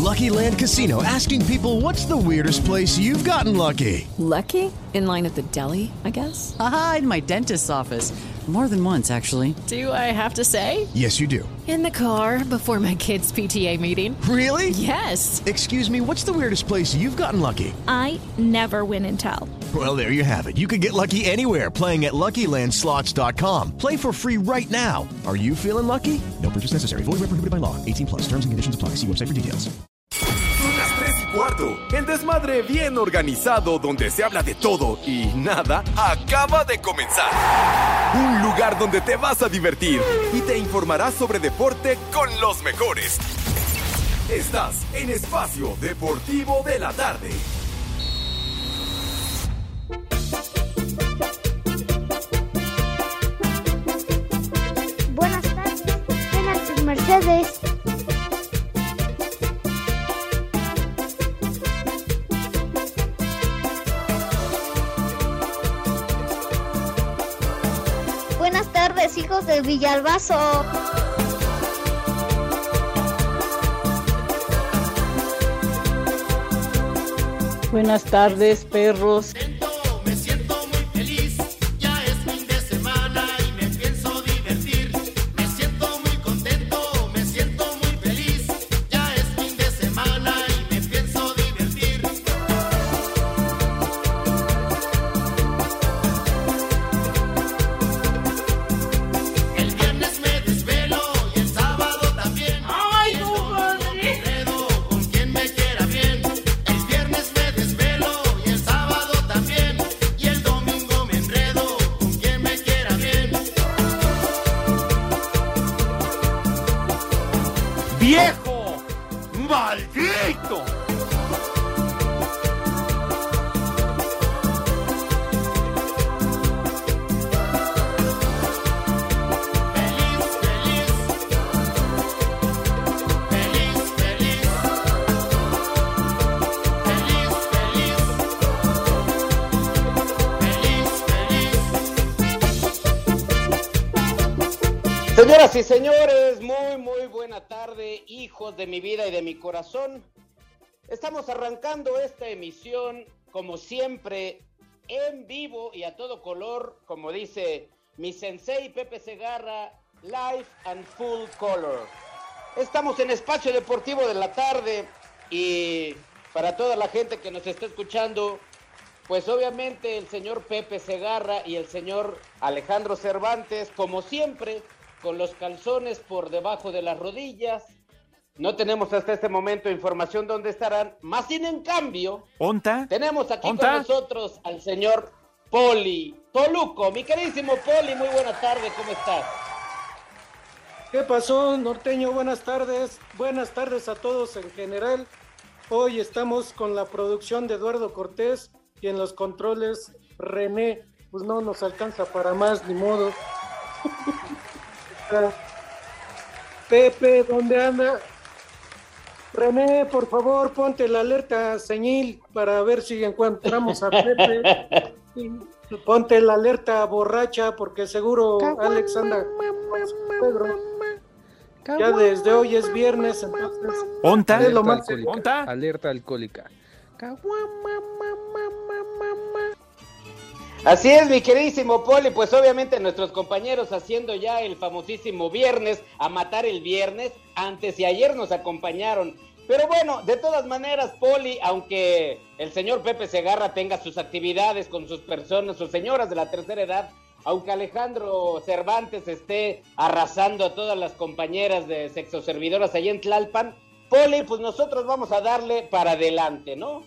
Lucky Land Casino, asking people, what's the weirdest place you've gotten lucky? Lucky? In line at the deli, I guess? Aha, in my dentist's office. More than once, actually. Do I have to say? Yes, you do. In the car before my kids' PTA meeting. Really? Yes. Excuse me, what's the weirdest place you've gotten lucky? I never win and tell. Well, there you have it. You can get lucky anywhere, playing at LuckyLandSlots.com. Play for free right now. Are you feeling lucky? No purchase necessary. Void where prohibited by law. 18 plus. Terms and conditions apply. See website for details. Son las 3:15. El desmadre bien organizado donde se habla de todo y nada acaba de comenzar. Un lugar donde te vas a divertir y te informarás sobre deporte con los mejores. Estás en Espacio Deportivo de la Tarde. Buenas tardes, buenas sus mercedes. Buenas tardes, hijos de Villalbazo. Buenas tardes, perros. Me siento muy feliz, ya es fin de semana y me pienso divertir. Me siento muy contento, me siento muy feliz, ya es fin de semana y me pienso divertir. El viernes me desvelo y el sábado también. ¡Ay, no, me enredo con quien me quiera bien. El viernes me desvelo y el sábado también. Y el domingo me enredo con quien me quiera bien. ¡Viejo! ¡Maldito! Feliz, feliz. Feliz, feliz. Feliz, feliz. Feliz, feliz. Señoras y señores, muy buena tarde, hijos de mi vida y de mi corazón. Estamos arrancando esta emisión, como siempre, en vivo y a todo color, como dice mi sensei Pepe Segarra, live and full color. Estamos en Espacio Deportivo de la Tarde y para toda la gente que nos está escuchando, pues obviamente el señor Pepe Segarra y el señor Alejandro Cervantes, como siempre, con los calzones por debajo de las rodillas. No tenemos hasta este momento información dónde estarán, más sin en cambio, ¿Onta? tenemos aquí ¿Onta? con nosotros al señor Poli Toluco. Mi queridísimo Poli, muy buena tarde, ¿cómo estás? ¿Qué pasó, norteño? Buenas tardes a todos en general. Hoy estamos con la producción de Eduardo Cortés y en los controles René. Pues no nos alcanza para más, ni modo. Pepe, ¿dónde anda? René, por favor, ponte la alerta señil para ver si encontramos a Pepe. Ponte la alerta borracha porque seguro Alex anda con su Pedro. Ya desde hoy es viernes, entonces ¿Onta? es lo más ¿Onta? Alerta alcohólica. Así es, mi queridísimo Poli, pues obviamente nuestros compañeros haciendo ya el famosísimo viernes, a matar el viernes, antes y ayer nos acompañaron. Pero bueno, de todas maneras, Poli, aunque el señor Pepe Segarra tenga sus actividades con sus personas, sus señoras de la tercera edad, aunque Alejandro Cervantes esté arrasando a todas las compañeras de sexoservidoras allá en Tlalpan, Poli, pues nosotros vamos a darle para adelante, ¿no?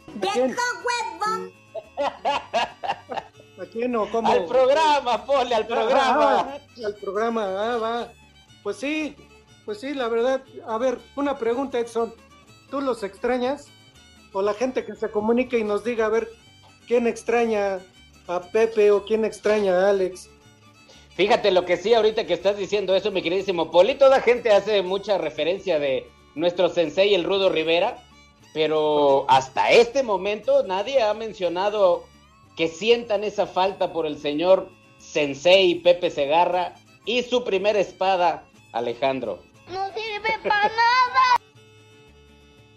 ¿A quién o cómo? Al programa, Poli, al programa. Al programa, va. Pues sí, la verdad. A ver, una pregunta, Edson. ¿Tú los extrañas? O la gente que se comunique y nos diga, a ver, ¿quién extraña a Pepe o quién extraña a Alex? Fíjate lo que sí, ahorita que estás diciendo eso, mi queridísimo Poli, toda gente hace mucha referencia de nuestro sensei, el Rudo Rivera, pero hasta este momento nadie ha mencionado que sientan esa falta por el señor sensei Pepe Segarra y su primera espada, Alejandro. No sirve para nada.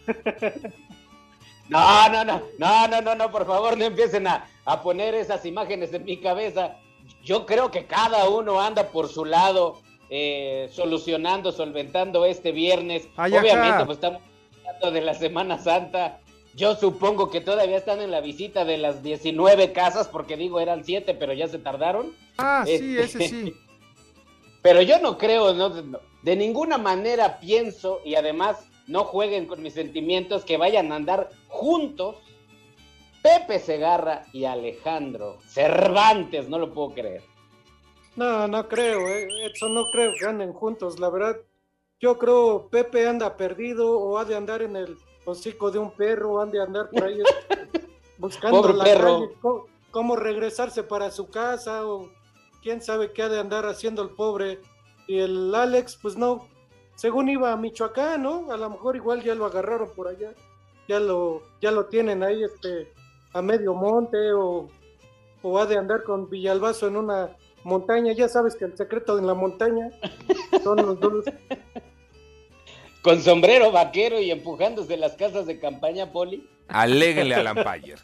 No, por favor, no empiecen a poner esas imágenes en mi cabeza. Yo creo que cada uno anda por su lado, solventando este viernes. Ay, obviamente, ajá. pues estamos hablando de la Semana Santa. Yo supongo que todavía están en la visita de las 19 casas, porque digo, eran 7, pero ya se tardaron. Sí, ese sí. Pero yo no creo, de ninguna manera pienso, y además no jueguen con mis sentimientos, que vayan a andar juntos Pepe Segarra y Alejandro Cervantes, no lo puedo creer. No creo, Edson, no creo que anden juntos, la verdad. Yo creo Pepe anda perdido o ha de andar en el hocico de un perro, o han de andar por ahí buscando Pobre la perro. calle, cómo regresarse para su casa, o quién sabe qué ha de andar haciendo el pobre. Y el Alex, pues no, según iba a Michoacán, ¿no? A lo mejor igual ya lo agarraron por allá, ya lo tienen ahí a medio monte, o ha de andar con Villalbazo en una montaña. Ya sabes que el secreto en la montaña son los dos. Con sombrero vaquero y empujándose las casas de campaña, Poli. Aléguenle al Empire.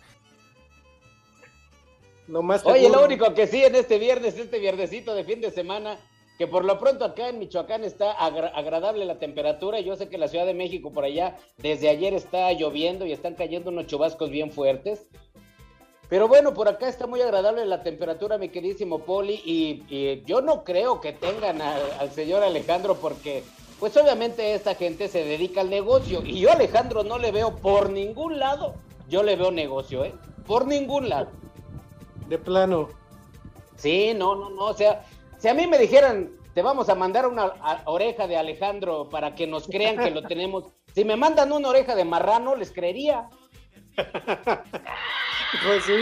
Oye, lo único que sí en este viernesito de fin de semana, que por lo pronto acá en Michoacán está agradable la temperatura. Yo sé que la Ciudad de México por allá desde ayer está lloviendo y están cayendo unos chubascos bien fuertes. Pero bueno, por acá está muy agradable la temperatura, mi queridísimo Poli, y yo no creo que tengan al señor Alejandro, porque pues obviamente esta gente se dedica al negocio, y yo a Alejandro no le veo por ningún lado, yo le veo negocio, por ningún lado. De plano. Sí, no, o sea, si a mí me dijeran, te vamos a mandar una oreja de Alejandro para que nos crean que lo tenemos, si me mandan una oreja de marrano, les creería. Pues sí.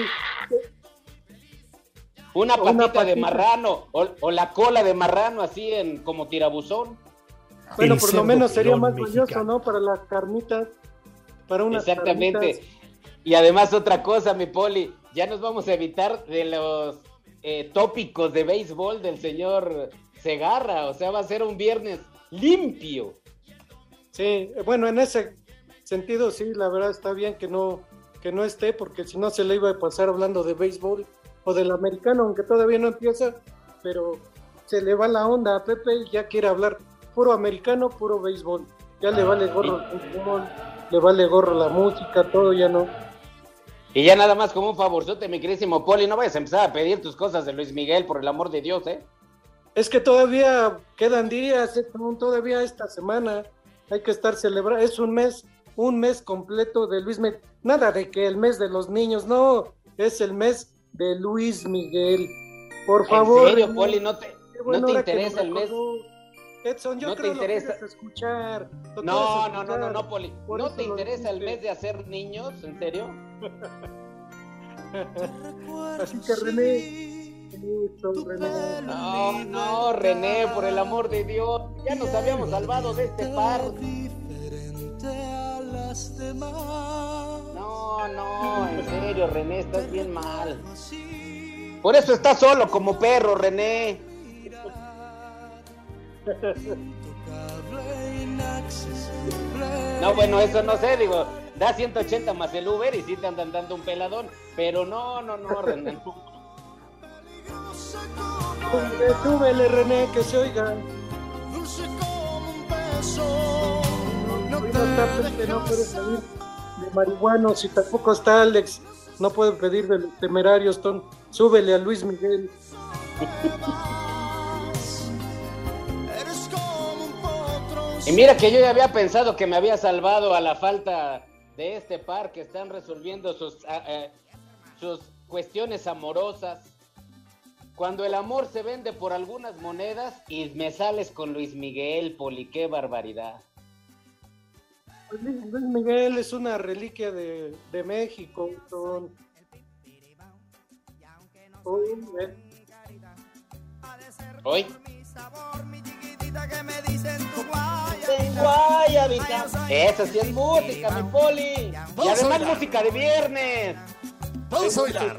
Una patita de marrano, o la cola de marrano, así como tirabuzón. Bueno, por lo menos sería más valioso, ¿no? Para las carnitas, para unas Exactamente. carnitas. Y además otra cosa, mi Poli, ya nos vamos a evitar de los tópicos de béisbol del señor Segarra, o sea, va a ser un viernes limpio. Sí, bueno, en ese sentido sí, la verdad está bien que no esté, porque si no se le iba a pasar hablando de béisbol o del americano, aunque todavía no empieza, pero se le va la onda a Pepe y ya quiere hablar puro americano, puro béisbol. Ya le vale gorro el fútbol, le vale gorro la música, todo ya no. Y ya nada más como un favorzote, mi queridísimo Poli, no vayas a empezar a pedir tus cosas de Luis Miguel, por el amor de Dios, Es que todavía quedan días, todavía esta semana hay que estar celebrando, es un mes completo de Luis Miguel. Nada de que el mes de los niños, no, es el mes de Luis Miguel. Por favor. ¿En serio, Poli? ¿No te interesa el mes? Edson, yo ¿No creo te interesa? Lo quieres escuchar. No, Poli. Por ¿No eso te lo interesa el dijiste. mes de hacer niños? ¿En serio? Así que René. No, René, por el amor de Dios. Ya nos habíamos salvado de este par. No, en serio, René, estás bien mal. Por eso estás solo como perro, René. No, bueno, eso no sé, digo, da 180 más el Uber y sí te andan dando un peladón, pero no, René. Súbele, René, que se oiga. No está Pepe, no puede pedir de marihuanos, y tampoco está Alex, no puede pedir de los temerarios. Súbele a Luis Miguel. Y mira que yo ya había pensado que me había salvado a la falta de este par que están resolviendo sus cuestiones amorosas. Cuando el amor se vende por algunas monedas y me sales con Luis Miguel, Poli, qué barbaridad. Pues Luis Miguel es una reliquia de México. Hoy. Guayabita. Esa sí es música, mi Poli. Y además música de viernes. Vamos a bailar.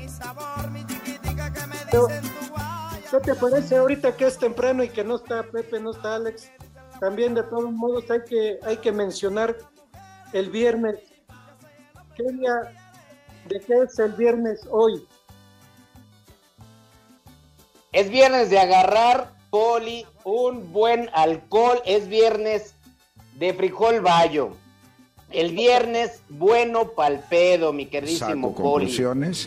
¿Qué te parece ahorita que es temprano y que no está Pepe, no está Alex? También de todos modos hay que mencionar el viernes. ¿De qué es el viernes hoy? Es viernes de agarrar, Poli, un buen alcohol. Es viernes de frijol bayo. El viernes bueno pa'l pedo, mi queridísimo Saco Poli. conclusiones.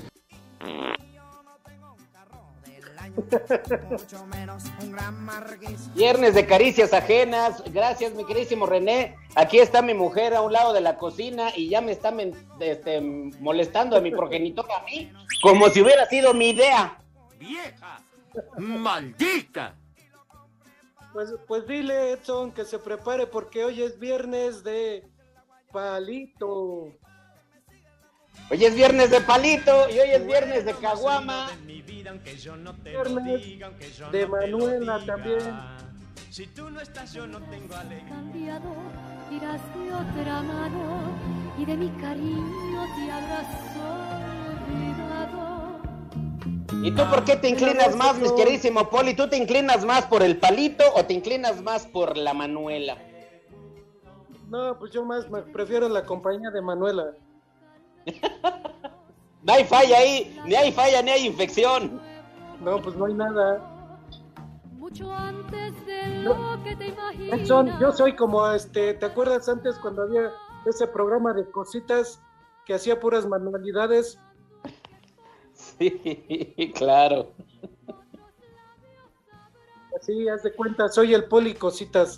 Viernes de caricias ajenas. Gracias, mi queridísimo René. Aquí está mi mujer a un lado de la cocina y ya me está molestando a mi progenitor a mí, como si hubiera sido mi idea. ¡Vieja! ¡Maldita! Pues dile, Edson, que se prepare porque hoy es viernes de palito. Hoy es viernes de palito y hoy es viernes de caguama. Viernes de Manuela también. Si tú no estás, yo no tengo alegría. Cambiado, irás de otra mano y de mi cariño te habrás olvidado. ¿Y tú por qué te inclinas más, mi queridísimo Poli? ¿Tú te inclinas más por el palito o te inclinas más por la Manuela? No, pues yo más prefiero la compañía de Manuela. No hay falla ahí, ni hay falla ni hay infección. No, pues no hay nada. Mucho antes de lo que te imaginas. Edson, yo soy como ¿te acuerdas antes cuando había ese programa de cositas que hacía puras manualidades? Sí, claro. Así, haz de cuenta, soy el Poli Cositas.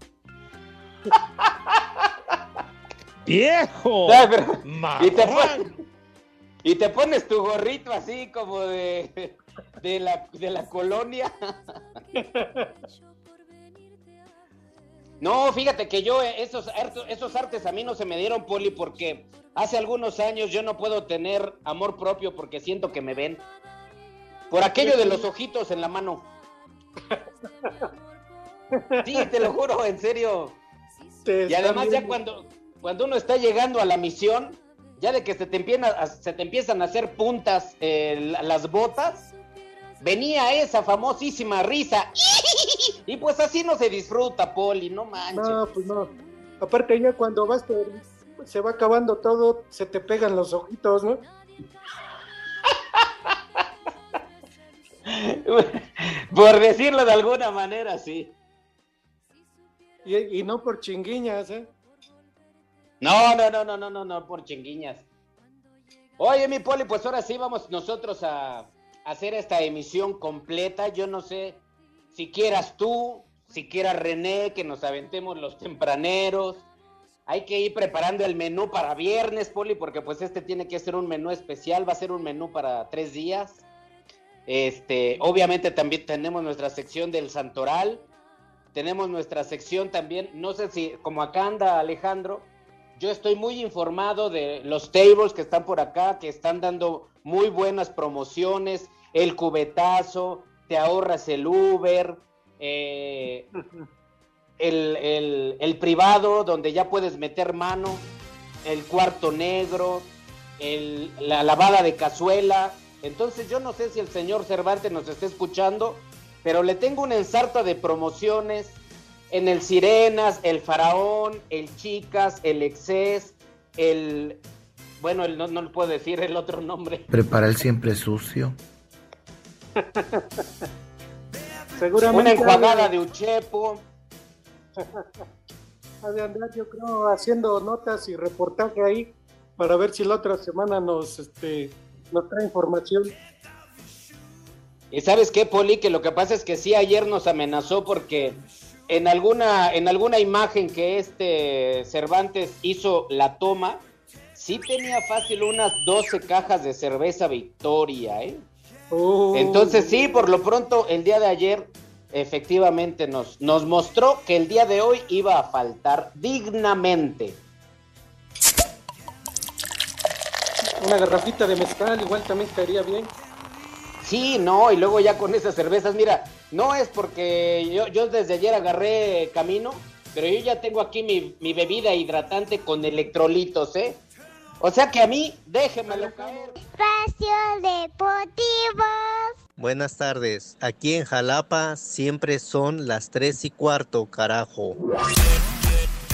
¡Viejo! Y te pones tu gorrito así como de la colonia. No, fíjate que yo esos artes a mí no se me dieron, Poli, porque hace algunos años yo no puedo tener amor propio porque siento que me ven. Por aquello de los ojitos en la mano. Sí, te lo juro, en serio. Y además ya cuando uno está llegando a la misión, ya de que se te empiezan a hacer puntas las botas, venía esa famosísima risa. Y pues así no se disfruta, Poli, no manches. No, pues no. Aparte ya cuando se va acabando todo, se te pegan los ojitos, ¿no? Por decirlo de alguna manera, sí. Y no por chinguiñas, ¿eh? No, por chinguiñas. Oye, mi Poli, pues ahora sí vamos nosotros a hacer esta emisión completa. Yo no sé si quieras tú, si quieras René, que nos aventemos los tempraneros. Hay que ir preparando el menú para viernes, Poli, porque pues tiene que ser un menú especial, va a ser un menú para 3 días. Obviamente también tenemos nuestra sección del Santoral, tenemos nuestra sección también, no sé si, como acá anda Alejandro, yo estoy muy informado de los tables que están por acá, que están dando muy buenas promociones, el cubetazo, te ahorras el Uber, el privado donde ya puedes meter mano, el cuarto negro, la lavada de cazuela. Entonces yo no sé si el señor Cervantes nos está escuchando, pero le tengo una ensarta de promociones en el Sirenas, el Faraón, el Chicas, el Excess, no le puedo decir el otro nombre. Prepara el siempre sucio. Seguramente una enjuagada de Uchepo. Ha de andar, yo creo, haciendo notas y reportaje ahí para ver si la otra semana nos trae información. Y ¿sabes qué, Poli? Que lo que pasa es que sí, ayer nos amenazó porque en alguna imagen que Cervantes hizo la toma, sí tenía fácil unas 12 cajas de cerveza Victoria, ¿eh? Entonces sí, por lo pronto, el día de ayer efectivamente nos mostró que el día de hoy iba a faltar dignamente. Una garrafita de mezcal igual también estaría bien. Sí, no, y luego ya con esas cervezas, mira, no es porque yo desde ayer agarré camino, pero yo ya tengo aquí mi bebida hidratante con electrolitos, ¿eh? O sea que a mí, déjenmelo caer. Espacio Deportivo. Buenas tardes, aquí en Jalapa siempre son las 3:15, carajo.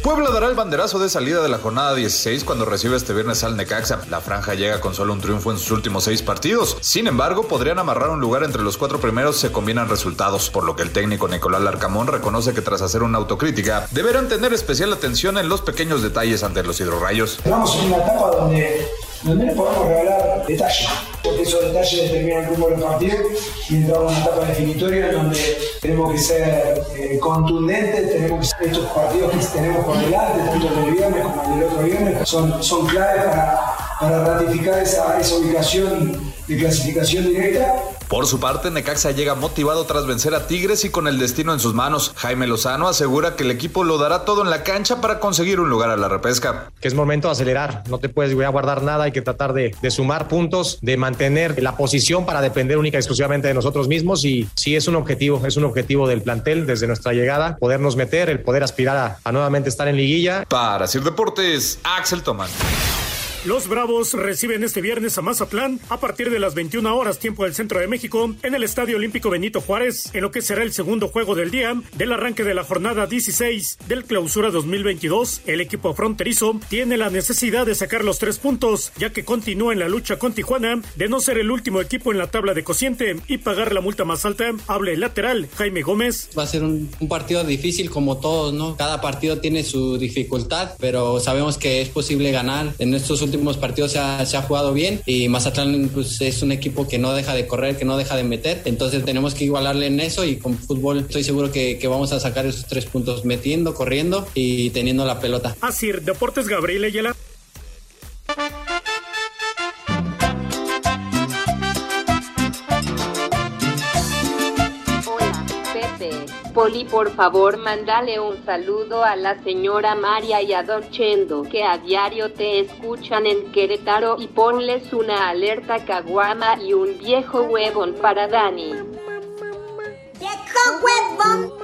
Puebla dará el banderazo de salida de la jornada 16 cuando recibe este viernes al Necaxa. La franja llega con solo un triunfo en sus últimos 6 partidos. Sin embargo, podrían amarrar un lugar entre los 4 primeros si se combinan resultados, por lo que el técnico Nicolás Larcamón reconoce que tras hacer una autocrítica, deberán tener especial atención en los pequeños detalles ante los hidrorrayos. Estamos en una etapa donde le podemos regalar detalles, porque esos detalles determinan el rumbo de los partidos, y entramos en una etapa definitoria donde tenemos que ser contundentes, tenemos que ser estos partidos que tenemos por delante, tanto el del viernes como el del otro viernes, son claves para ratificar esa ubicación de clasificación directa. Por su parte, Necaxa llega motivado tras vencer a Tigres y con el destino en sus manos. Jaime Lozano asegura que el equipo lo dará todo en la cancha para conseguir un lugar a la repesca. Que es momento de acelerar, no te puedes guardar nada, hay que tratar de sumar puntos, de mantener la posición para depender única y exclusivamente de nosotros mismos, y sí es un objetivo del plantel desde nuestra llegada, podernos meter, el poder aspirar a nuevamente estar en liguilla. Para Sir Deportes, Axel Tomán. Los Bravos reciben este viernes a Mazatlán a partir de las 21 horas tiempo del Centro de México en el Estadio Olímpico Benito Juárez, en lo que será el segundo juego del día del arranque de la jornada 16 del Clausura 2022. El equipo fronterizo tiene la necesidad de sacar los 3 puntos, ya que continúa en la lucha con Tijuana de no ser el último equipo en la tabla de cociente y pagar la multa más alta. Habla el lateral Jaime Gómez. Va a ser un partido difícil como todos, ¿no? Cada partido tiene su dificultad, pero sabemos que es posible ganar. En estos últimos partidos se ha jugado bien, y Mazatlán pues, es un equipo que no deja de correr, que no deja de meter, entonces tenemos que igualarle en eso, y con fútbol estoy seguro que vamos a sacar esos 3 puntos metiendo, corriendo y teniendo la pelota. Así, Deportes Gabriel Ayala. Poli, por favor, mándale un saludo a la señora María y a don Chendo, que a diario te escuchan en Querétaro, y ponles una alerta caguama y un viejo huevón para Dani. ¡Viejo huevón!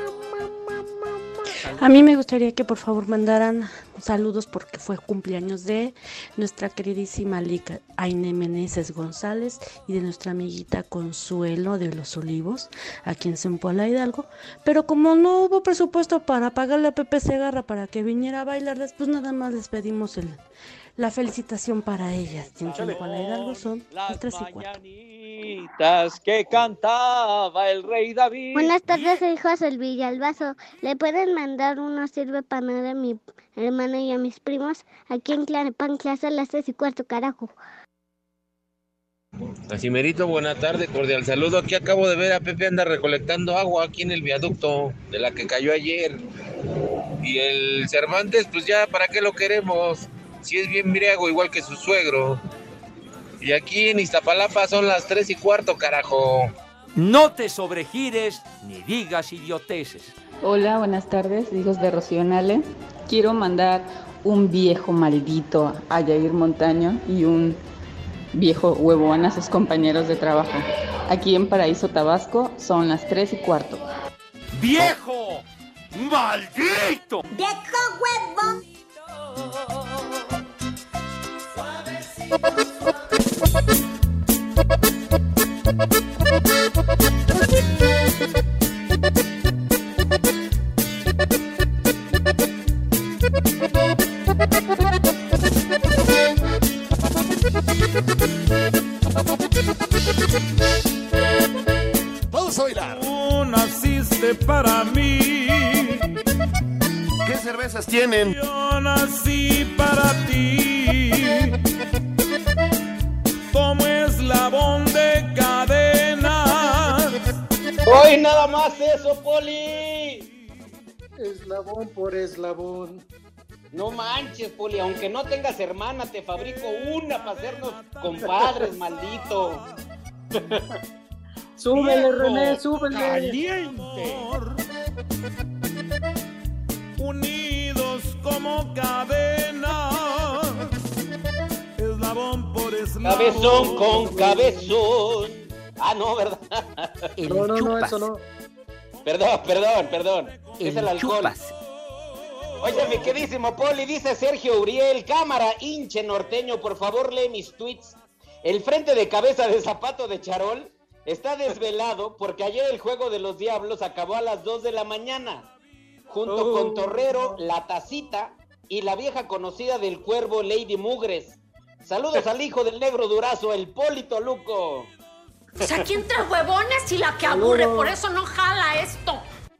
A mí me gustaría que por favor mandaran saludos porque fue cumpleaños de nuestra queridísima Lica Aine Meneses González y de nuestra amiguita Consuelo de Los Olivos, aquí en Zempoala Hidalgo, pero como no hubo presupuesto para pagarle a Pepe Segarra para que viniera a bailarles, pues nada más les pedimos la felicitación para ellas. Y en Zempoala Hidalgo son las 3:15. Que cantaba el rey David. Buenas tardes, hijos del Villalbazo. ¿Le pueden mandar uno sirve para nada a mi hermana y a mis primos? Aquí en Tlalnepantla son las 3:15, carajo. Casimerito, buena tarde, cordial saludo. Aquí acabo de ver a Pepe anda recolectando agua aquí en el viaducto de la que cayó ayer. Y el Cervantes, pues ya, ¿para qué lo queremos? Si es bien briago, igual que su suegro. Y aquí en Iztapalapa son las 3:15, carajo. No te sobregires ni digas idioteces. Hola, buenas tardes, hijos de Rocío Nale. Quiero mandar un viejo maldito a Yair Montaño y un viejo huevón a sus compañeros de trabajo. Aquí en Paraíso, Tabasco, son las 3:15. ¡Viejo maldito! ¡Viejo huevón! Vamos a bailar. Tú naciste para mí. ¿Qué cervezas tienen? Yo nací para ti. Como eslabón de cadenas. Hoy nada más eso, Poli. Eslabón por eslabón. No manches, Poli, aunque no tengas hermana, te fabrico una para hacernos compadres, maldito. Súbele, René, súbele. Caliente. Unidos como cadenas. Eslabón por eslabón. Cabezón con cabezón. Ah, no, ¿verdad? No, eso no. Perdón. Es el alcohol. Chupas. Oye, mi queridísimo Poli, dice Sergio Uriel, cámara hinche norteño, por favor lee mis tweets. El frente de cabeza de zapato de charol está desvelado porque ayer el juego de los Diablos acabó a las 2 de la mañana. junto con Torrero, La Tacita y la vieja conocida del Cuervo, Lady Mugres. Saludos al hijo del negro Durazo, el Poli Toluco. Pues aquí entre huevones y la que aburre, por eso no jala esto.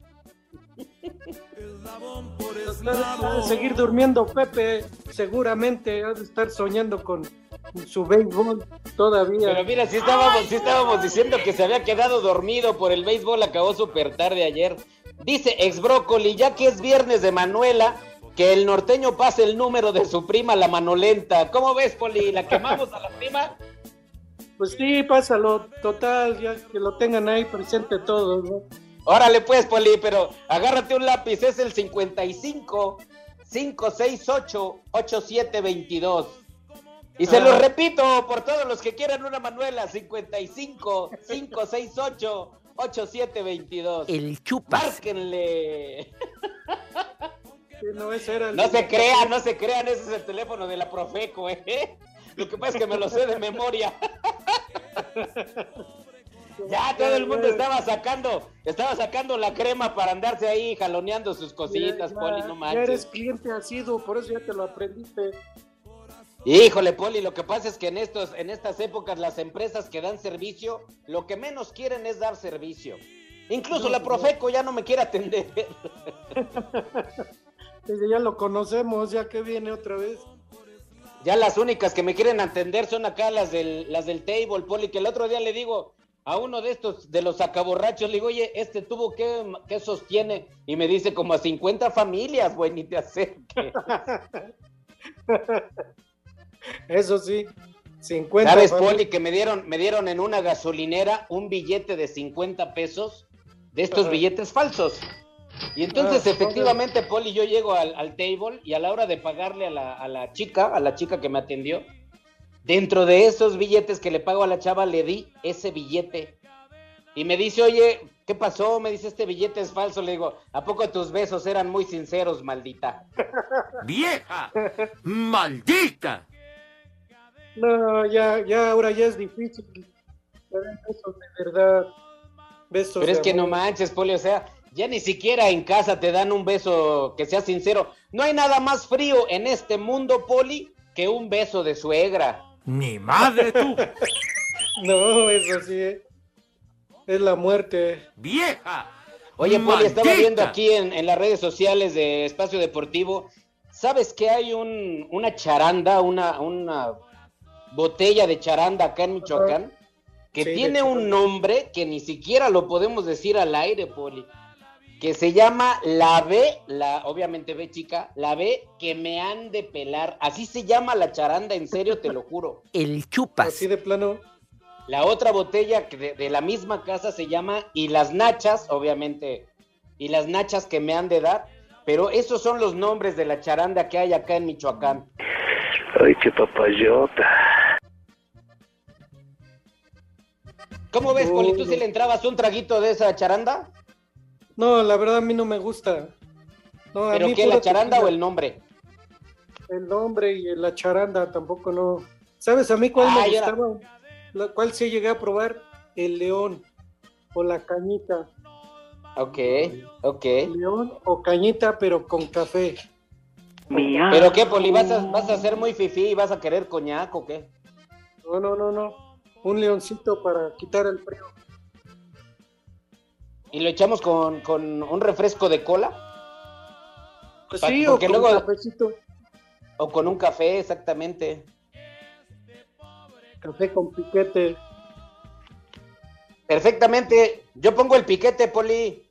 Ha de seguir durmiendo Pepe, seguramente ha de estar soñando con su béisbol todavía. Pero mira, sí estábamos diciendo que se había quedado dormido por el béisbol, acabó súper tarde ayer. Dice ex Brócoli, ya que es viernes de Manuela, que el norteño pase el número de su prima, la Manolenta. ¿Cómo ves, Poli? ¿La quemamos a la prima? Pues sí, pásalo, total, ya que lo tengan ahí presente todos, ¿no? Órale pues, Poli, pero agárrate un lápiz, es el 55-568-8722. Y se lo repito, por todos los que quieran una Manuela, 55-568-8722. El Chupas. Márquenle. Sí, no, ese era el no se crean, ese es el teléfono de la Profeco, ¿eh? Lo que pasa es que me lo sé de memoria. Ya todo el mundo estaba sacando la crema para andarse ahí jaloneando sus cositas, Poli, no manches. Ya eres cliente asiduo, por eso ya te lo aprendiste. Híjole, Poli, lo que pasa es que en estas épocas las empresas que dan servicio, lo que menos quieren es dar servicio. Incluso la Profeco ya no me quiere atender. Ya lo conocemos, ya que viene otra vez. Ya las únicas que me quieren atender son acá las del table, Poli, que el otro día le digo a uno de estos, de los sacaborrachos, le digo, oye, ¿este tubo qué sostiene? Y me dice, como a 50 familias, güey, ni te acerques. Eso sí, 50 ¿Sabes, familias. Poli, que me dieron en una gasolinera un billete de 50 pesos, de estos billetes falsos? Y entonces, efectivamente, Poli, yo llego al table y a la hora de pagarle a la chica que me atendió, dentro de esos billetes que le pago a la chava, le di ese billete. Y me dice, oye, ¿qué pasó? Me dice, este billete es falso. Le digo, ¿a poco tus besos eran muy sinceros, maldita? ¡Vieja! ¡Maldita! No, ya ahora ya es difícil. Besos de verdad. Besos. Pero es que no manches, Poli, o sea, ya ni siquiera en casa te dan un beso que sea sincero. No hay nada más frío en este mundo, Poli, que un beso de suegra. ¡Ni madre tú! No, eso sí, es la muerte. ¡Vieja! Oye, Poli, ¡Maldita! estaba viendo aquí en las redes sociales de Espacio Deportivo, ¿sabes que hay una charanda, una botella de charanda acá en Michoacán? Que Sí, tiene un nombre que ni siquiera lo podemos decir al aire, Poli. Que se llama la B, obviamente B chica, la B que me han de pelar. Así se llama la charanda, en serio, te lo juro. El Chupas. Así de plano. La otra botella de la misma casa se llama Y las Nachas, obviamente. Y las Nachas que me han de dar. Pero esos son los nombres de la charanda que hay acá en Michoacán. Ay, qué papayota. ¿Cómo ves, Poli? ¿Tú si le entrabas un traguito de esa charanda? No, la verdad a mí no me gusta. No, a ¿Pero mí qué, puro la charanda tequila. o el nombre? El nombre y la charanda tampoco no. ¿Sabes a mí cuál me ya. gustaba? ¿Cuál sí llegué a probar? El León o la Cañita. Ok. León o Cañita, pero con café. ¿Pero qué, Poli? ¿Vas a ser muy fifí y vas a querer coñac o qué? No. Un leoncito para quitar el frío. ¿Y lo echamos con un refresco de cola? Pues sí, o con un cafecito. O con un café, exactamente. Café con piquete. Perfectamente. Yo pongo el piquete, Poli.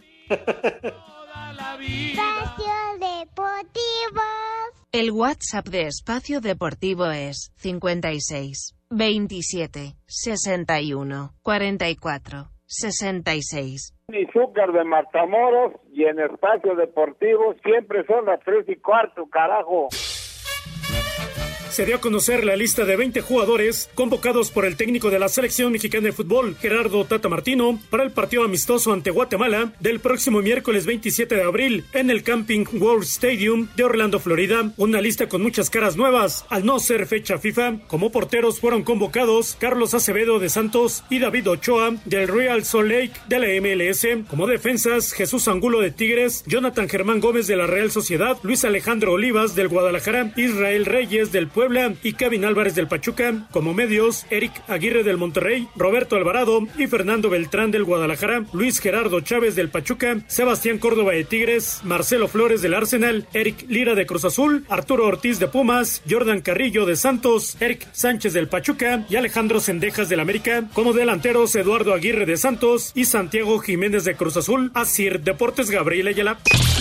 Espacio Deportivo. El WhatsApp de Espacio Deportivo es 56 27 61 44 66. Y Zúcar de Matamoros y en Espacio Deportivo siempre son las 3:15, carajo. Se dio a conocer la lista de 20 jugadores convocados por el técnico de la selección mexicana de fútbol, Gerardo Tata Martino, para el partido amistoso ante Guatemala del próximo miércoles 27 de abril en el Camping World Stadium de Orlando, Florida. Una lista con muchas caras nuevas, al no ser fecha FIFA. Como porteros fueron convocados Carlos Acevedo de Santos y David Ochoa del Real Salt Lake de la MLS. Como defensas, Jesús Angulo de Tigres, Jonathan Germán Gómez de la Real Sociedad, Luis Alejandro Olivas del Guadalajara, Israel Reyes del Puebla y Kevin Álvarez del Pachuca. Como medios, Eric Aguirre del Monterrey, Roberto Alvarado y Fernando Beltrán del Guadalajara, Luis Gerardo Chávez del Pachuca, Sebastián Córdoba de Tigres, Marcelo Flores del Arsenal, Eric Lira de Cruz Azul, Arturo Ortiz de Pumas, Jordan Carrillo de Santos, Eric Sánchez del Pachuca y Alejandro Cendejas del América. Como delanteros, Eduardo Aguirre de Santos y Santiago Jiménez de Cruz Azul. Asir Deportes, Gabriel Ayala.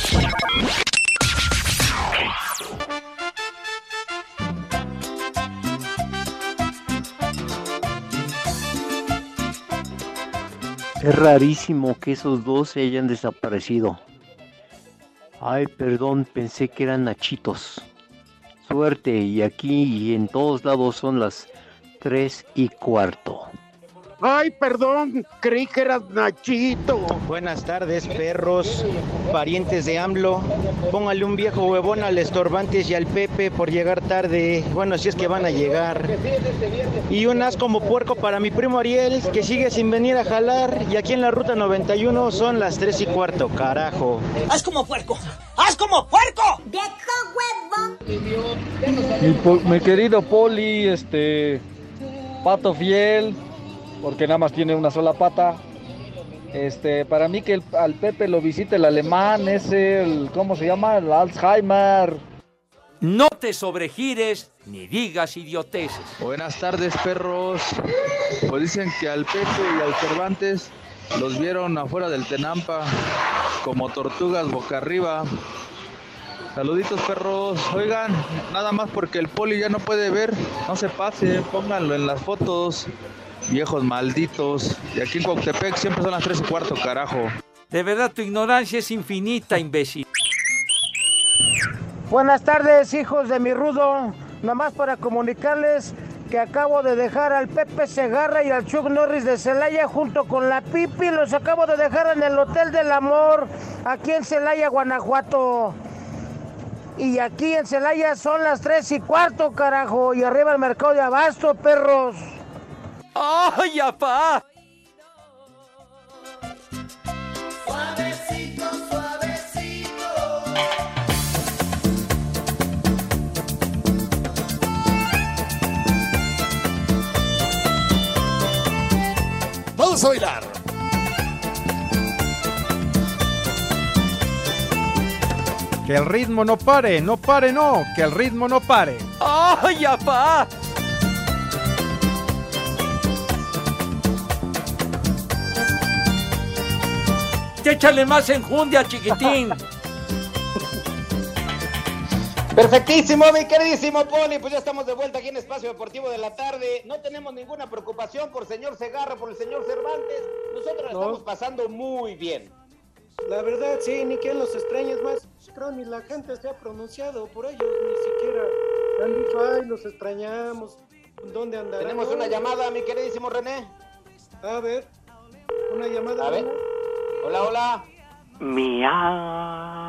Es rarísimo que esos dos se hayan desaparecido. Ay, perdón, pensé que eran nachitos. Suerte, y aquí y en todos lados son las 3:15. Ay, perdón, creí que eras Nachito. Buenas tardes, perros, parientes de AMLO. Póngale un viejo huevón al Estorbantes y al Pepe por llegar tarde. Bueno, si es que van a llegar. Y un as como puerco para mi primo Ariel, que sigue sin venir a jalar. Y aquí en la ruta 91 son las 3:15, carajo. ¡Haz como puerco! ¡Haz como puerco! ¡Viejo huevón! Mi querido Poli, pato fiel, porque nada más tiene una sola pata. Para mí que al Pepe lo visite el alemán, ¿cómo se llama? El Alzheimer. No te sobregires ni digas idioteces. Buenas tardes, perros. Pues dicen que al Pepe y al Cervantes los vieron afuera del Tenampa como tortugas boca arriba. Saluditos, perros. Oigan, nada más porque el Poli ya no puede ver, no se pase, pónganlo en las fotos. Viejos malditos. Y aquí en Cuautepec siempre son las 3:15, carajo. De verdad, tu ignorancia es infinita, imbécil. Buenas tardes, hijos de mi rudo. Nomás para comunicarles que acabo de dejar al Pepe Segarra y al Chuck Norris de Celaya junto con la Pipi. Los acabo de dejar en el Hotel del Amor, aquí en Celaya, Guanajuato. Y aquí en Celaya son las 3:15, carajo. Y arriba el mercado de abasto, perros. ¡Ay, apá! Suavecito, suavecito. Vamos a bailar. Que el ritmo no pare, no pare, no. Que el ritmo no pare. ¡Ay, apá! Échale más enjundia, chiquitín. Perfectísimo, mi queridísimo Poli. Pues ya estamos de vuelta aquí en Espacio Deportivo de la Tarde. No tenemos ninguna preocupación por el señor Segarra, por el señor Cervantes. Nosotros la estamos pasando muy bien. La verdad, sí, ni quien los extraña. Es más, creo ni la gente se ha pronunciado por ellos, ni siquiera han dicho, ay, los extrañamos. ¿Dónde andarán? Tenemos una llamada, mi queridísimo René. A ver, una llamada. A ver. Hola, hola. Miau.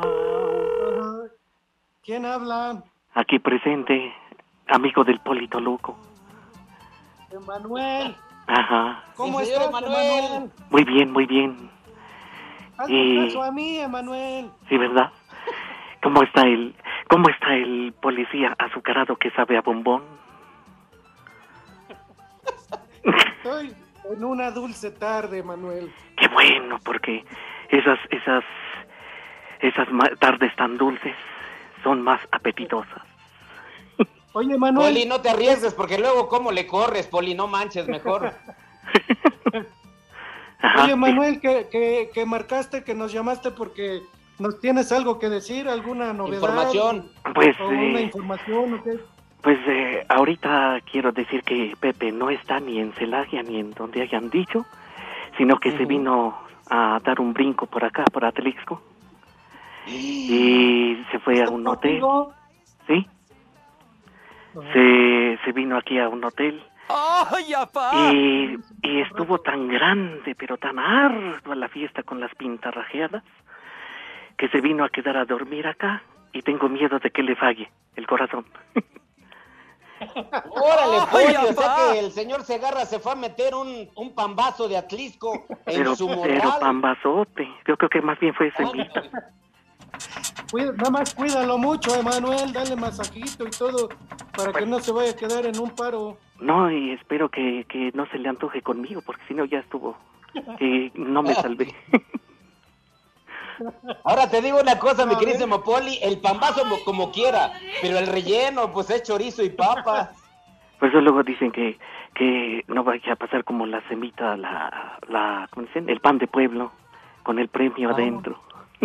¿Quién habla? Aquí presente, amigo del Polito Loco. Emanuel. Ajá. ¿Cómo estás, Emanuel? Muy bien, muy bien. Hazme caso a mí, Emanuel. Sí, ¿verdad? ¿Cómo está el policía azucarado que sabe a bombón? Estoy en una dulce tarde, Manuel. Qué bueno, porque esas tardes tan dulces son más apetitosas. Oye, Manuel. Poli, no te arriesgues, porque luego cómo le corres, Poli, no manches, mejor. Ajá, oye, Manuel, que marcaste, que nos llamaste porque nos tienes algo que decir, alguna novedad. Información. Pues, o una información, ¿o qué? Pues ahorita quiero decir que Pepe no está ni en Celaya ni en donde hayan dicho, sino que se vino a dar un brinco por acá, por Atlixco. Y se fue a un hotel. ¿Sí? se vino aquí a un hotel. ¡Ay, apá! Y estuvo tan grande, pero tan ardua la fiesta con las pintarrajeadas, que se vino a quedar a dormir acá y tengo miedo de que le falle el corazón. Órale, Poli, o sea que el señor Segarra se fue a meter un pambazo de Atlisco en su morral. Pero pambazote, yo creo que más bien fue semita. Nada más cuídalo mucho, Emanuel, dale masajito y todo, para que no se vaya a quedar en un paro. No, y espero que no se le antoje conmigo, porque si no ya estuvo, que no me salvé. Ahora te digo una cosa, mi queridísimo Poli, el pambazo como quiera, pero el relleno, pues es chorizo y papas. Por eso luego dicen que no vaya a pasar como la semita, ¿cómo dicen? El pan de pueblo, con el premio adentro.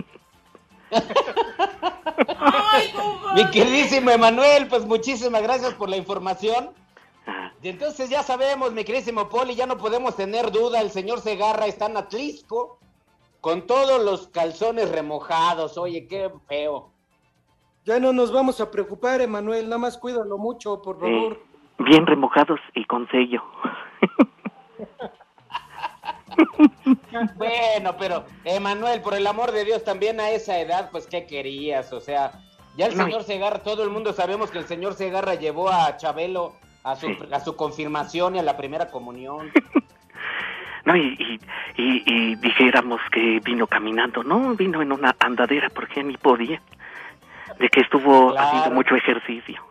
Mi queridísimo Emanuel, pues muchísimas gracias por la información. Y entonces ya sabemos, mi queridísimo Poli, ya no podemos tener duda, el señor Segarra está en Atlisco, con todos los calzones remojados. Oye, qué feo. Ya no nos vamos a preocupar, Emanuel, nada más cuídalo mucho, por favor. Bien remojados y con sello. Bueno, pero Emanuel, por el amor de Dios, también a esa edad, pues, ¿qué querías? O sea, ya el señor Segarra, todo el mundo sabemos que el señor Segarra llevó a Chabelo a su confirmación y a la primera comunión. No, y dijéramos que vino caminando, no, vino en una andadera porque ni podía, de que estuvo haciendo mucho ejercicio.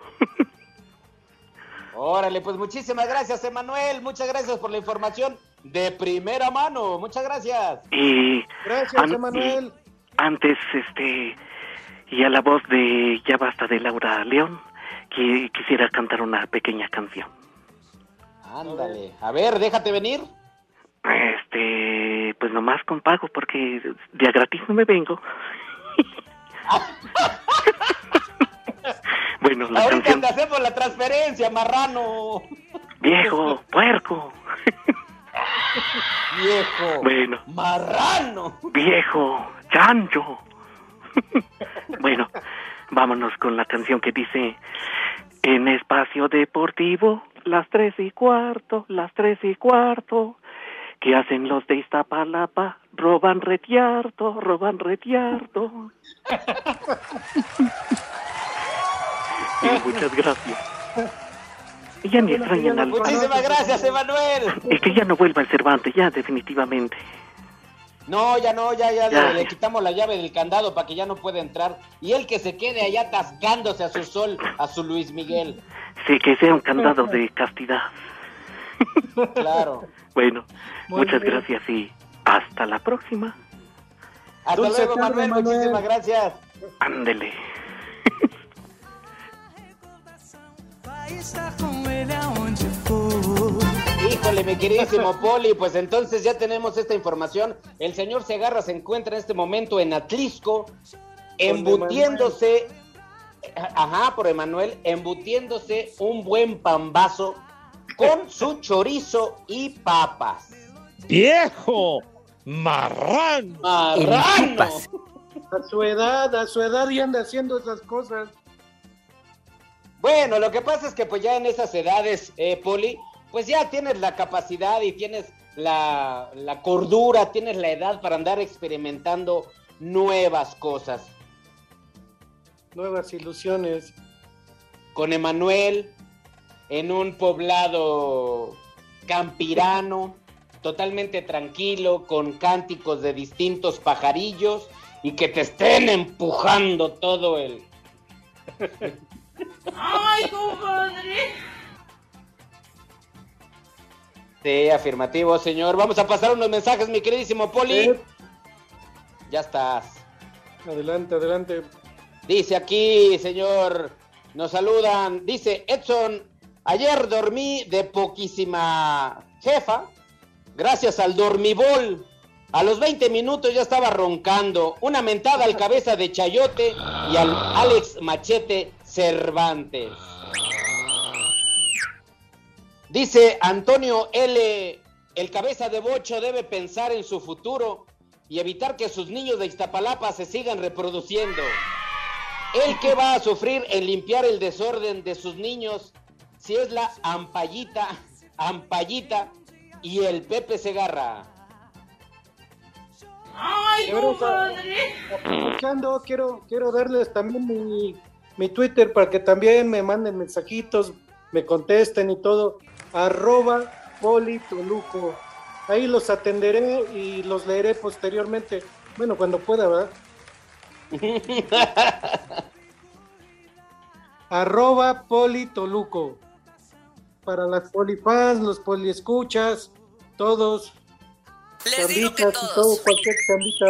Órale, pues muchísimas gracias, Emanuel, muchas gracias por la información de primera mano, muchas gracias. Y gracias, Emanuel. Antes, y a la voz de Ya Basta de Laura León, que quisiera cantar una pequeña canción. Ándale, a ver, déjate venir. Pues nomás con pago, porque de a gratis no me vengo. Bueno, la ahorita canción... te hacemos la transferencia, marrano. Viejo, puerco. Viejo. Bueno. Marrano. Viejo, chancho. Bueno, vámonos con la canción que dice: en Espacio Deportivo, las 3:15, ¿qué hacen los de Iztapalapa? Roban retiarto. Y muchas gracias. Y ya ni extrañan al... Muchísimas gracias, Emanuel. Es que ya no vuelva el Cervantes, ya definitivamente. No, ya le quitamos la llave del candado para que ya no pueda entrar. Y él que se quede allá atascándose a su sol, a su Luis Miguel. Sí, que sea un candado de castidad. Claro. Bueno, muchas gracias y hasta la próxima. Hasta luego, Manuel, muchísimas gracias. Ándele. Híjole, mi queridísimo Poli, pues entonces ya tenemos esta información. El señor Segarra se encuentra en este momento en Atlisco, embutiéndose, por Emanuel, embutiéndose un buen pambazo con su chorizo y papas. ¡Viejo! ¡Marrano! ¡Marrano! A su edad y anda haciendo esas cosas. Bueno, lo que pasa es que pues ya en esas edades, Poli, pues ya tienes la capacidad y tienes la cordura, tienes la edad para andar experimentando nuevas cosas. Nuevas ilusiones. Con Emanuel, en un poblado campirano, totalmente tranquilo, con cánticos de distintos pajarillos y que te estén empujando todo el... ¡Ay, compadre! Sí, afirmativo, señor. Vamos a pasar unos mensajes, mi queridísimo Poli. Ya estás. Adelante. Dice aquí, señor, nos saludan. Dice Edson, ayer dormí de poquísima jefa, gracias al dormibol. A los 20 minutos ya estaba roncando. Una mentada al cabeza de Chayote y al Alex Machete Cervantes. Dice Antonio L., el cabeza de bocho debe pensar en su futuro y evitar que sus niños de Iztapalapa se sigan reproduciendo. ¿El que va a sufrir en limpiar el desorden de sus niños si es la Ampallita y el Pepe Segarra? ¡Ay, compadre! Aprovechando, quiero darles también mi Twitter para que también me manden mensajitos, me contesten y todo. @PoliToluco. Ahí los atenderé y los leeré posteriormente. Bueno, cuando pueda, ¿verdad? @PoliToluco. Para las polifans, los poliescuchas, todos. Les digo que todos. Y todo, cualquier chambita.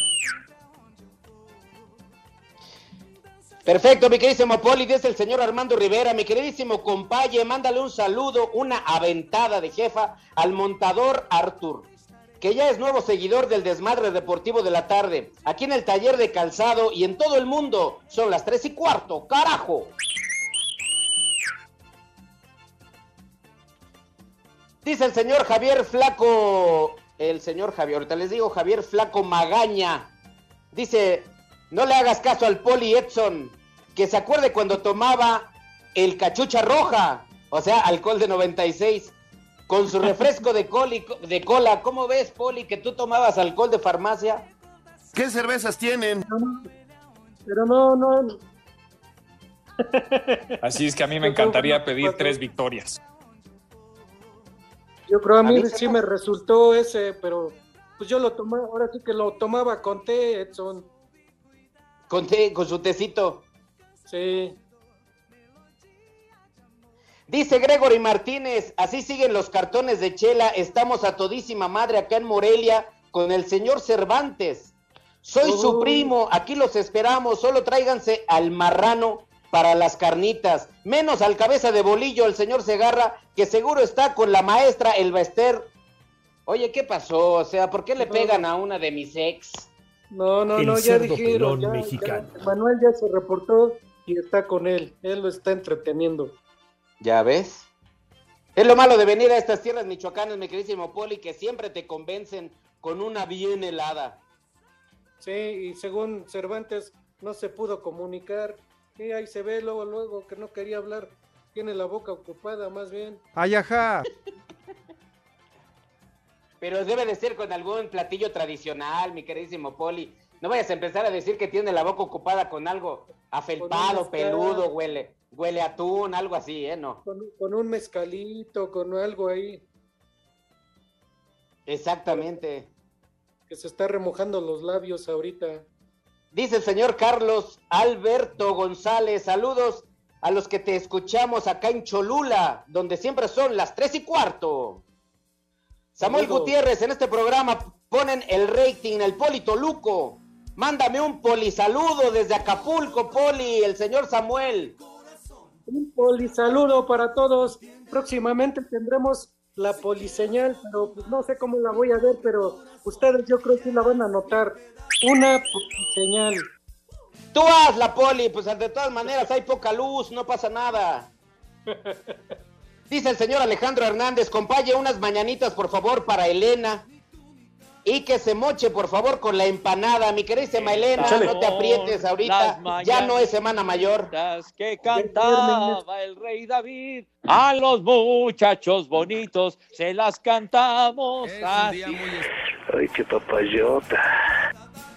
Perfecto, mi queridísimo Poli, dice el señor Armando Rivera, mi queridísimo compaye, mándale un saludo, una aventada de jefa al montador Artur, que ya es nuevo seguidor del Desmadre Deportivo de la Tarde, aquí en el taller de calzado y en todo el mundo. Son las 3:15, carajo. Dice el señor Javier Flaco, ahorita les digo, Javier Flaco Magaña, dice: no le hagas caso al Poli Edson, que se acuerde cuando tomaba el Cachucha Roja, o sea, alcohol de 96, con su refresco de cola. ¿Cómo ves, Poli, que tú tomabas alcohol de farmacia? ¿Qué cervezas tienen? Pero no. Así es que a mí me encantaría pedir 3 victorias. Yo creo a mí sí me resultó ese, pero pues yo lo tomaba, ahora sí que lo tomaba con té, Edson. Con té, con su tecito. Sí. Dice Gregory Martínez, así siguen los cartones de chela, estamos a todísima madre acá en Morelia con el señor Cervantes. Soy su primo, aquí los esperamos, solo tráiganse al marrano para las carnitas, menos al cabeza de bolillo, el señor Segarra, que seguro está con la maestra Elba Ester. Oye, ¿qué pasó? O sea, ¿por qué le pegan a una de mis ex? No, ya dijeron, ya Manuel ya se reportó y está con él lo está entreteniendo. ¿Ya ves? Es lo malo de venir a estas tierras michoacanas, mi queridísimo Poli, que siempre te convencen con una bien helada. Sí, y según Cervantes no se pudo comunicar, y ahí se ve luego que no quería hablar, tiene la boca ocupada más bien. ¡Ay, ajá! Pero debe de ser con algún platillo tradicional, mi queridísimo Poli. No vayas a empezar a decir que tiene la boca ocupada con algo afelpado, peludo, huele a atún, algo así, ¿no? Con un mezcalito, con algo ahí. Exactamente. Que se está remojando los labios ahorita. Dice el señor Carlos Alberto González, saludos a los que te escuchamos acá en Cholula, donde siempre son las 3:15. Samuel Gutiérrez, en este programa ponen el rating, el Poli Toluco. Mándame un polisaludo desde Acapulco, Poli, el señor Samuel. Un polisaludo para todos. Próximamente tendremos la poliseñal, pero pues no sé cómo la voy a ver, pero ustedes yo creo que la van a notar. Una poliseñal. Tú hazla, Poli, pues de todas maneras hay poca luz, no pasa nada. Dice el señor Alejandro Hernández, compaye unas mañanitas por favor para Elena y que se moche por favor con la empanada, mi queridísima Elena, no te aprietes ahorita, ya no es Semana Mayor. Que cantaba el rey David, a los muchachos bonitos se las cantamos así. Ay, qué papayota.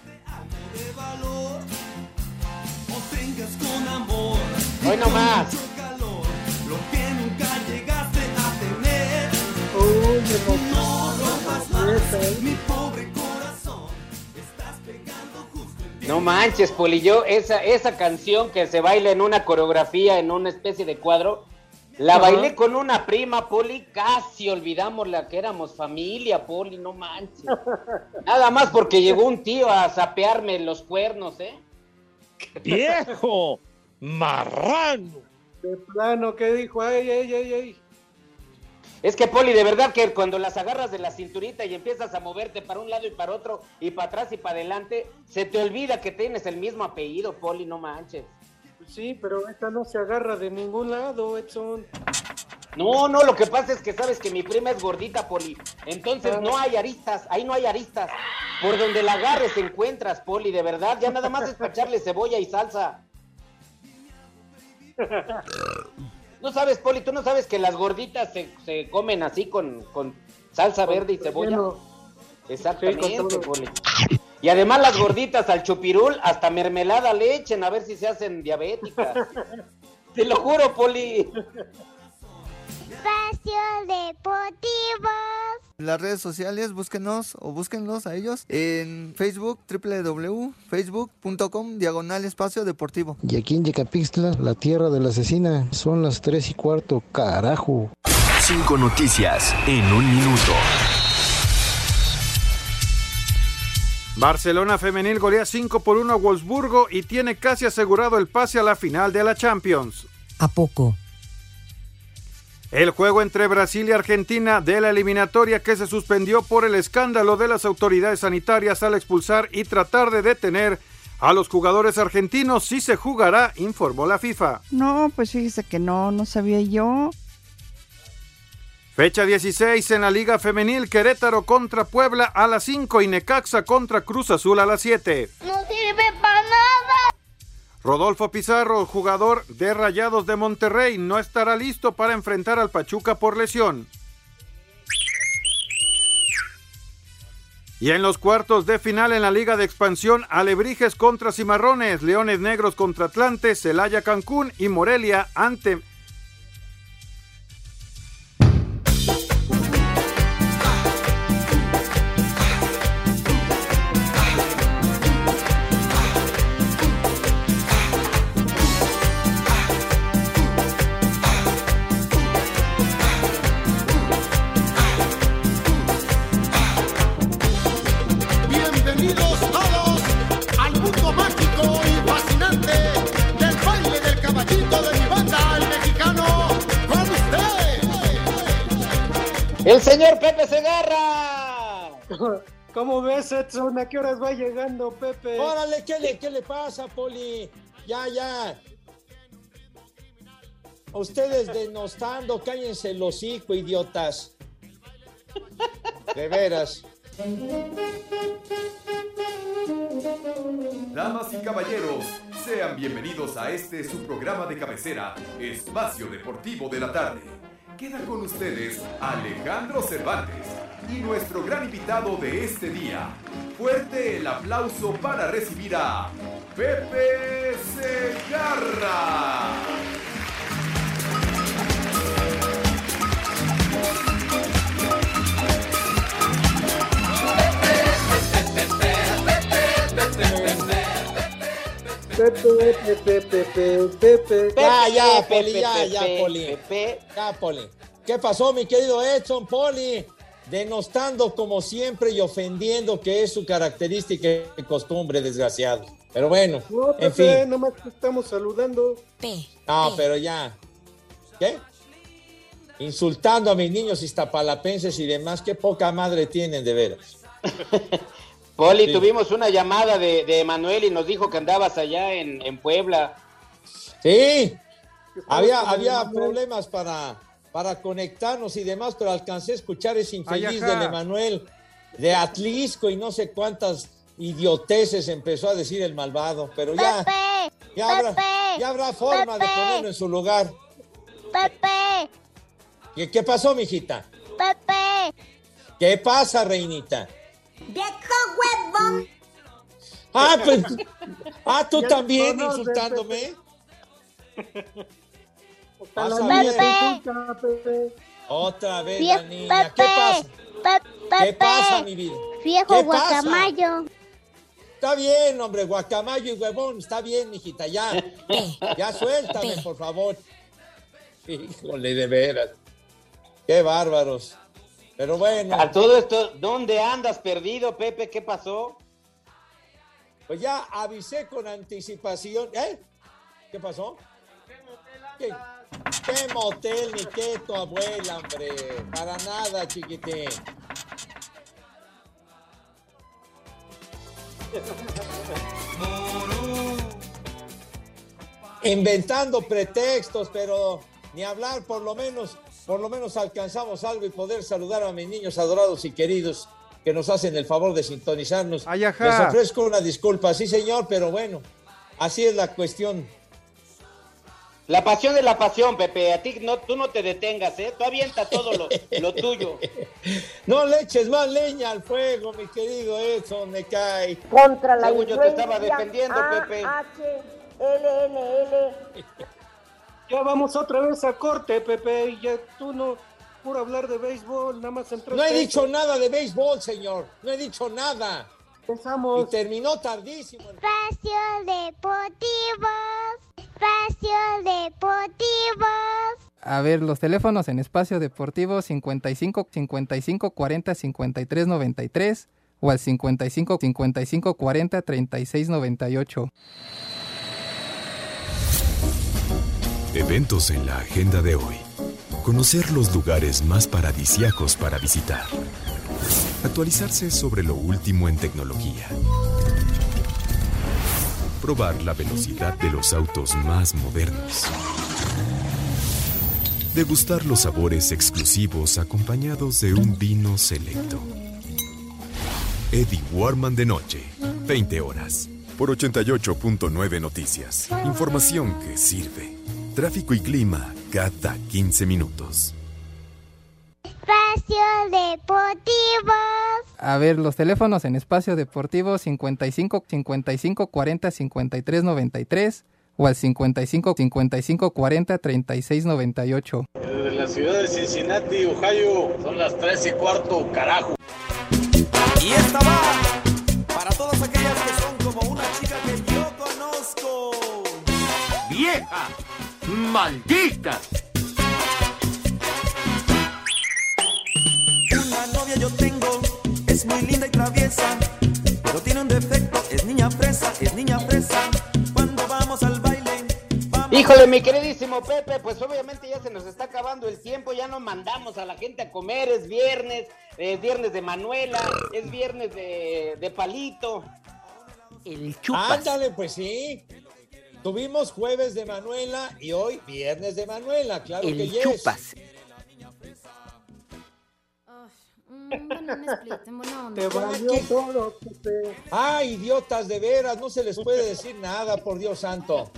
Hoy no más. Lo que nunca llegaste a tener. No rompas más mi pobre corazón. Estás pegando justo en No manches, Poli, yo esa canción que se baila en una coreografía, en una especie de cuadro, la bailé con una prima, Poli, casi olvidamos la que éramos familia, Poli, no manches. Nada más porque llegó un tío a sapearme los cuernos, ¿eh? ¡Viejo! ¡Marrano! De plano, ¿qué dijo? ¡Ay! Es que, Poli, de verdad que cuando las agarras de la cinturita y empiezas a moverte para un lado y para otro, y para atrás y para adelante, se te olvida que tienes el mismo apellido, Poli, no manches. Sí, pero esta no se agarra de ningún lado, Edson. No, lo que pasa es que sabes que mi prima es gordita, Poli. Entonces no hay aristas, ahí no hay aristas. Por donde la agarres encuentras, Poli, de verdad. Ya nada más es para echarle cebolla y salsa. No sabes, Poli, tú no sabes que las gorditas se comen así con salsa verde y cebolla. Exactamente, sí, Poli. Y además las gorditas al chupirul hasta mermelada le echen a ver si se hacen diabéticas. Te lo juro, Poli. Espacio Deportivo. Las redes sociales, búsquenos o búsquenlos a ellos en Facebook, www.facebook.com/espacio deportivo. Y aquí en Yecapixtla, la tierra de la asesina, son las 3:15, carajo. 5 noticias en un minuto. Barcelona femenil golea 5-1 a Wolfsburgo y tiene casi asegurado el pase a la final de la Champions. ¿A poco? El juego entre Brasil y Argentina de la eliminatoria que se suspendió por el escándalo de las autoridades sanitarias al expulsar y tratar de detener a los jugadores argentinos sí se jugará, informó la FIFA. No, pues fíjese que no sabía yo. Fecha 16 en la Liga Femenil, Querétaro contra Puebla a las 5 y Necaxa contra Cruz Azul a las 7. ¡No sirve para nada! Rodolfo Pizarro, jugador de Rayados de Monterrey, no estará listo para enfrentar al Pachuca por lesión. Y en los cuartos de final en la Liga de Expansión, Alebrijes contra Cimarrones, Leones Negros contra Atlante, Celaya Cancún y Morelia ante... ¡El señor Pepe Segarra! ¿Cómo ves, Edson? ¿A qué horas va llegando, Pepe? Órale, ¿qué le pasa, Poli? Ya. Ustedes denostando, cállense el hocico, idiotas. De veras. Damas y caballeros, sean bienvenidos a su programa de cabecera, Espacio Deportivo de la Tarde. Queda con ustedes Alejandro Cervantes y nuestro gran invitado de este día. Fuerte el aplauso para recibir a Pepe Segarra. Pepe. Ya, Poli. Ya, Poli. ¿Qué pasó, mi querido Edson, Poli? Denostando como siempre y ofendiendo, que es su característica y costumbre, desgraciado. Pero bueno, no, Pepe, en fin. Nomás te estamos saludando. Pero ya. ¿Qué? Insultando a mis niños iztapalapenses y demás. Qué poca madre tienen, de veras. Poli, sí. Tuvimos una llamada de Emanuel y nos dijo que andabas allá en Puebla. Sí, había problemas para conectarnos y demás, pero alcancé a escuchar ese infeliz del Emanuel de Atlisco y no sé cuántas idioteces empezó a decir el malvado, pero ya habrá forma de ponerlo en su lugar. Pepe. ¿Qué pasó, mijita? Pepe. ¿Qué pasa, reinita? ¡Viejo huevón! Tú también insultándome. Pepe. Otra vez, la niña. ¿Qué pasa? ¿Qué pasa, mi vida? Viejo guacamayo. Está bien, hombre, guacamayo y huevón. Está bien, mijita, ya. Ya suéltame, por favor. Híjole, de veras. Qué bárbaros. Pero bueno. A todo esto, ¿dónde andas perdido, Pepe? ¿Qué pasó? Pues ya avisé con anticipación. ¿Qué pasó? ¿Qué motel ni qué tu abuela, hombre? Para nada, chiquitín. Inventando pretextos, pero ni hablar, por lo menos alcanzamos algo y poder saludar a mis niños adorados y queridos que nos hacen el favor de sintonizarnos. Les ofrezco una disculpa, sí señor, pero bueno, así es la cuestión. La pasión de la pasión, Pepe. A ti no, tú no te detengas, ¿eh? Tú avienta todo lo tuyo. No le eches más leña al fuego, mi querido Edson, me cae. Contra la Según yo te estaba defendiendo, Pepe. AHLLL. Ya vamos otra vez a corte, Pepe, y ya tú no, puro hablar de béisbol, nada más entraste. No he dicho nada de béisbol, señor. No he dicho nada. Empezamos. Y terminó tardísimo. Espacio Deportivo. Espacio Deportivo. A ver, los teléfonos en Espacio Deportivo 55 55 40 53 93 o al 55 55 40 36 98. Eventos en la agenda de hoy. Conocer los lugares más paradisíacos para visitar. Actualizarse sobre lo último en tecnología. Probar la velocidad de los autos más modernos. Degustar los sabores exclusivos acompañados de un vino selecto. Eddie Warman de noche, 20 horas. Por 88.9 Noticias. Información que sirve. Tráfico y clima cada 15 minutos. Espacio Deportivo. A ver, los teléfonos en Espacio Deportivo 55 55 40 53 93 o al 55 55 40 36 98. De la ciudad de Cincinnati, Ohio, son las 3:15, carajo. Y esta va para todas aquellas que son como una chica que yo conozco. ¡Vieja! ¡Maldita! Una novia yo tengo, es muy linda y traviesa, pero tiene un defecto, es niña fresa, Cuando vamos al baile, Híjole, mi queridísimo Pepe, pues obviamente ya se nos está acabando el tiempo, ya no mandamos a la gente a comer, es viernes de Manuela, es viernes de Palito. El chupas. Ándale, pues sí. Tuvimos jueves de Manuela y hoy viernes de Manuela, claro el que yes. chupas. Te valió todo, Pepe. Ay, idiotas, de veras, no se les puede decir nada, por Dios santo.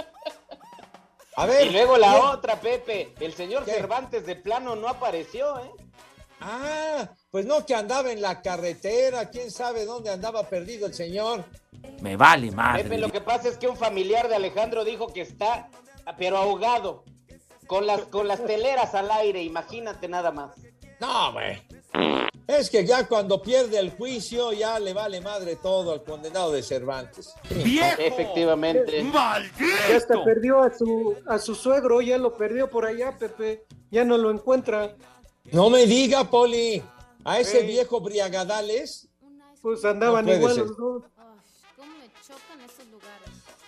A ver. Y luego la ¿quién? otra, Pepe, el señor ¿Qué? Cervantes de plano no apareció, ¿eh? Ah, pues no, que andaba en la carretera, quién sabe dónde andaba perdido el señor. Me vale madre. Pepe, lo que pasa es que un familiar de Alejandro dijo que está, pero ahogado, con las teleras al aire, imagínate nada más. No, güey. Es que ya cuando pierde el juicio ya le vale madre todo al condenado de Cervantes. ¡Viejo! Efectivamente. ¡Maldito! Ya hasta perdió a su suegro, ya lo perdió por allá, Pepe. Ya no lo encuentra. No me diga, Poli. A ese viejo Briagadales. Pues andaban No igual ser. los dos. ¿Cómo me chocan esos lugares?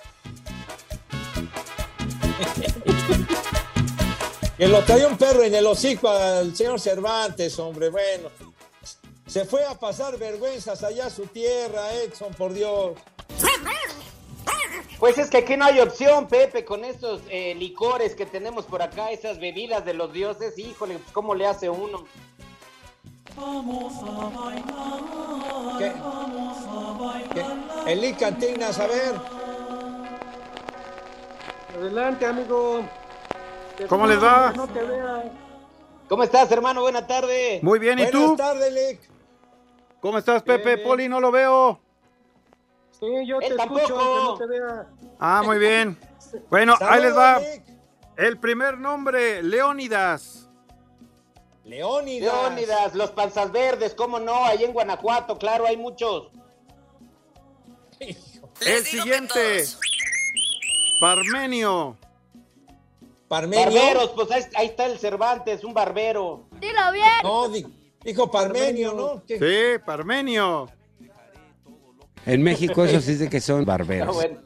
Que lo traía un perro en el hocico al señor Cervantes, hombre. Bueno, se fue a pasar vergüenzas allá a su tierra, Edson, por Dios. Pues es que aquí no hay opción, Pepe, con esos licores que tenemos por acá, esas bebidas de los dioses, híjole, pues, ¿cómo le hace uno? ¿Qué? El Lick Cantinas, a ver. Adelante, amigo. ¿Cómo les va? No te vea. ¿Cómo estás, hermano? Buena tarde. Muy bien, ¿y tú? Buenas tardes, Lick. ¿Cómo estás, Pepe? Bien. Poli, no lo veo. Sí, yo te Él escucho, tampoco. aunque no te vea. Ah, muy bien. Bueno, ahí les Saludos, va. Lick. El primer nombre, Leónidas. Leónidas, los panzas verdes, ¿cómo no? Ahí en Guanajuato, claro, hay muchos. El siguiente, Parmenio. Barberos, pues ahí está el Cervantes, un barbero. Dilo bien. No, dijo Parmenio, ¿no? ¿Qué? Sí, Parmenio. En México esos dicen que son barberos. Ah, bueno.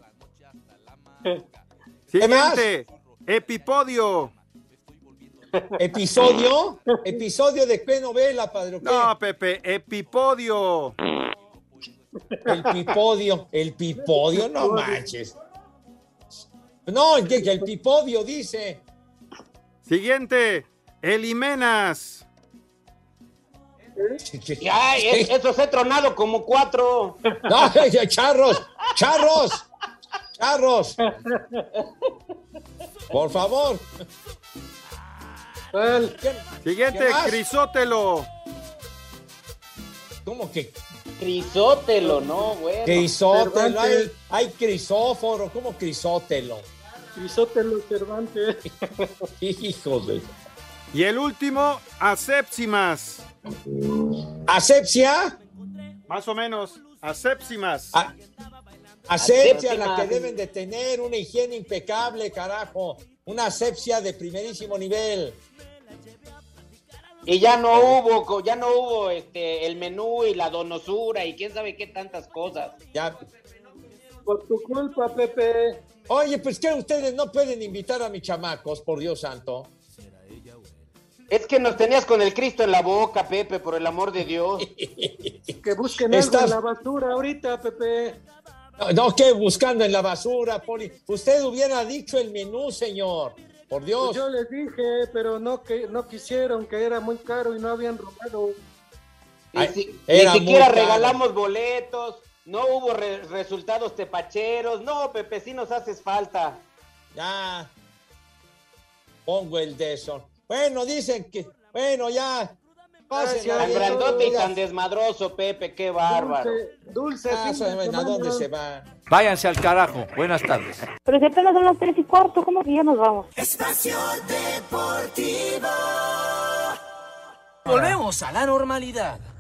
Siguiente, Epipodio. ¿Episodio? ¿Episodio de qué novela, padre? ¿O qué? No, Pepe, Epipodio. El pipodio, no manches. No, que el pipodio dice. Siguiente, Elimenas. Ya, esos he tronado como 4. No, charros. Por favor. Siguiente, Crisótelo. ¿Cómo que? Crisótelo, no, bueno. Crisótelo, hay Crisóforo, ¿cómo Crisótelo? Crisótelo Cervantes. Hijos de... Y el último, Asépsimas. ¿Asepsia? Más o menos, Asépsimas. Asepsia, la que deben de tener, una higiene impecable, carajo. Una asepsia de primerísimo nivel. Y ya no hubo el menú y la donosura y quién sabe qué tantas cosas. Ya. Por tu culpa, Pepe. Oye, pues que ustedes no pueden invitar a mis chamacos, por Dios santo. Es que nos tenías con el Cristo en la boca, Pepe, por el amor de Dios. Que busquen algo en la basura ahorita, Pepe. No, que buscando en la basura, Poli. Usted hubiera dicho el menú, señor. Por Dios. Pues yo les dije, pero no quisieron, que era muy caro y no habían robado. Ni siquiera regalamos boletos, no hubo resultados tepacheros. No, Pepe, sí nos haces falta. Ya. Pongo el de eso. Bueno, dicen que... Bueno, ya. Tan grandote y tan desmadroso, Pepe, qué bárbaro. Dulce. ¿A dónde se va? Váyanse al carajo. Buenas tardes. Pero si apenas son las 3:15, ¿cómo que ya nos vamos? Espacio Deportivo. Volvemos a la normalidad.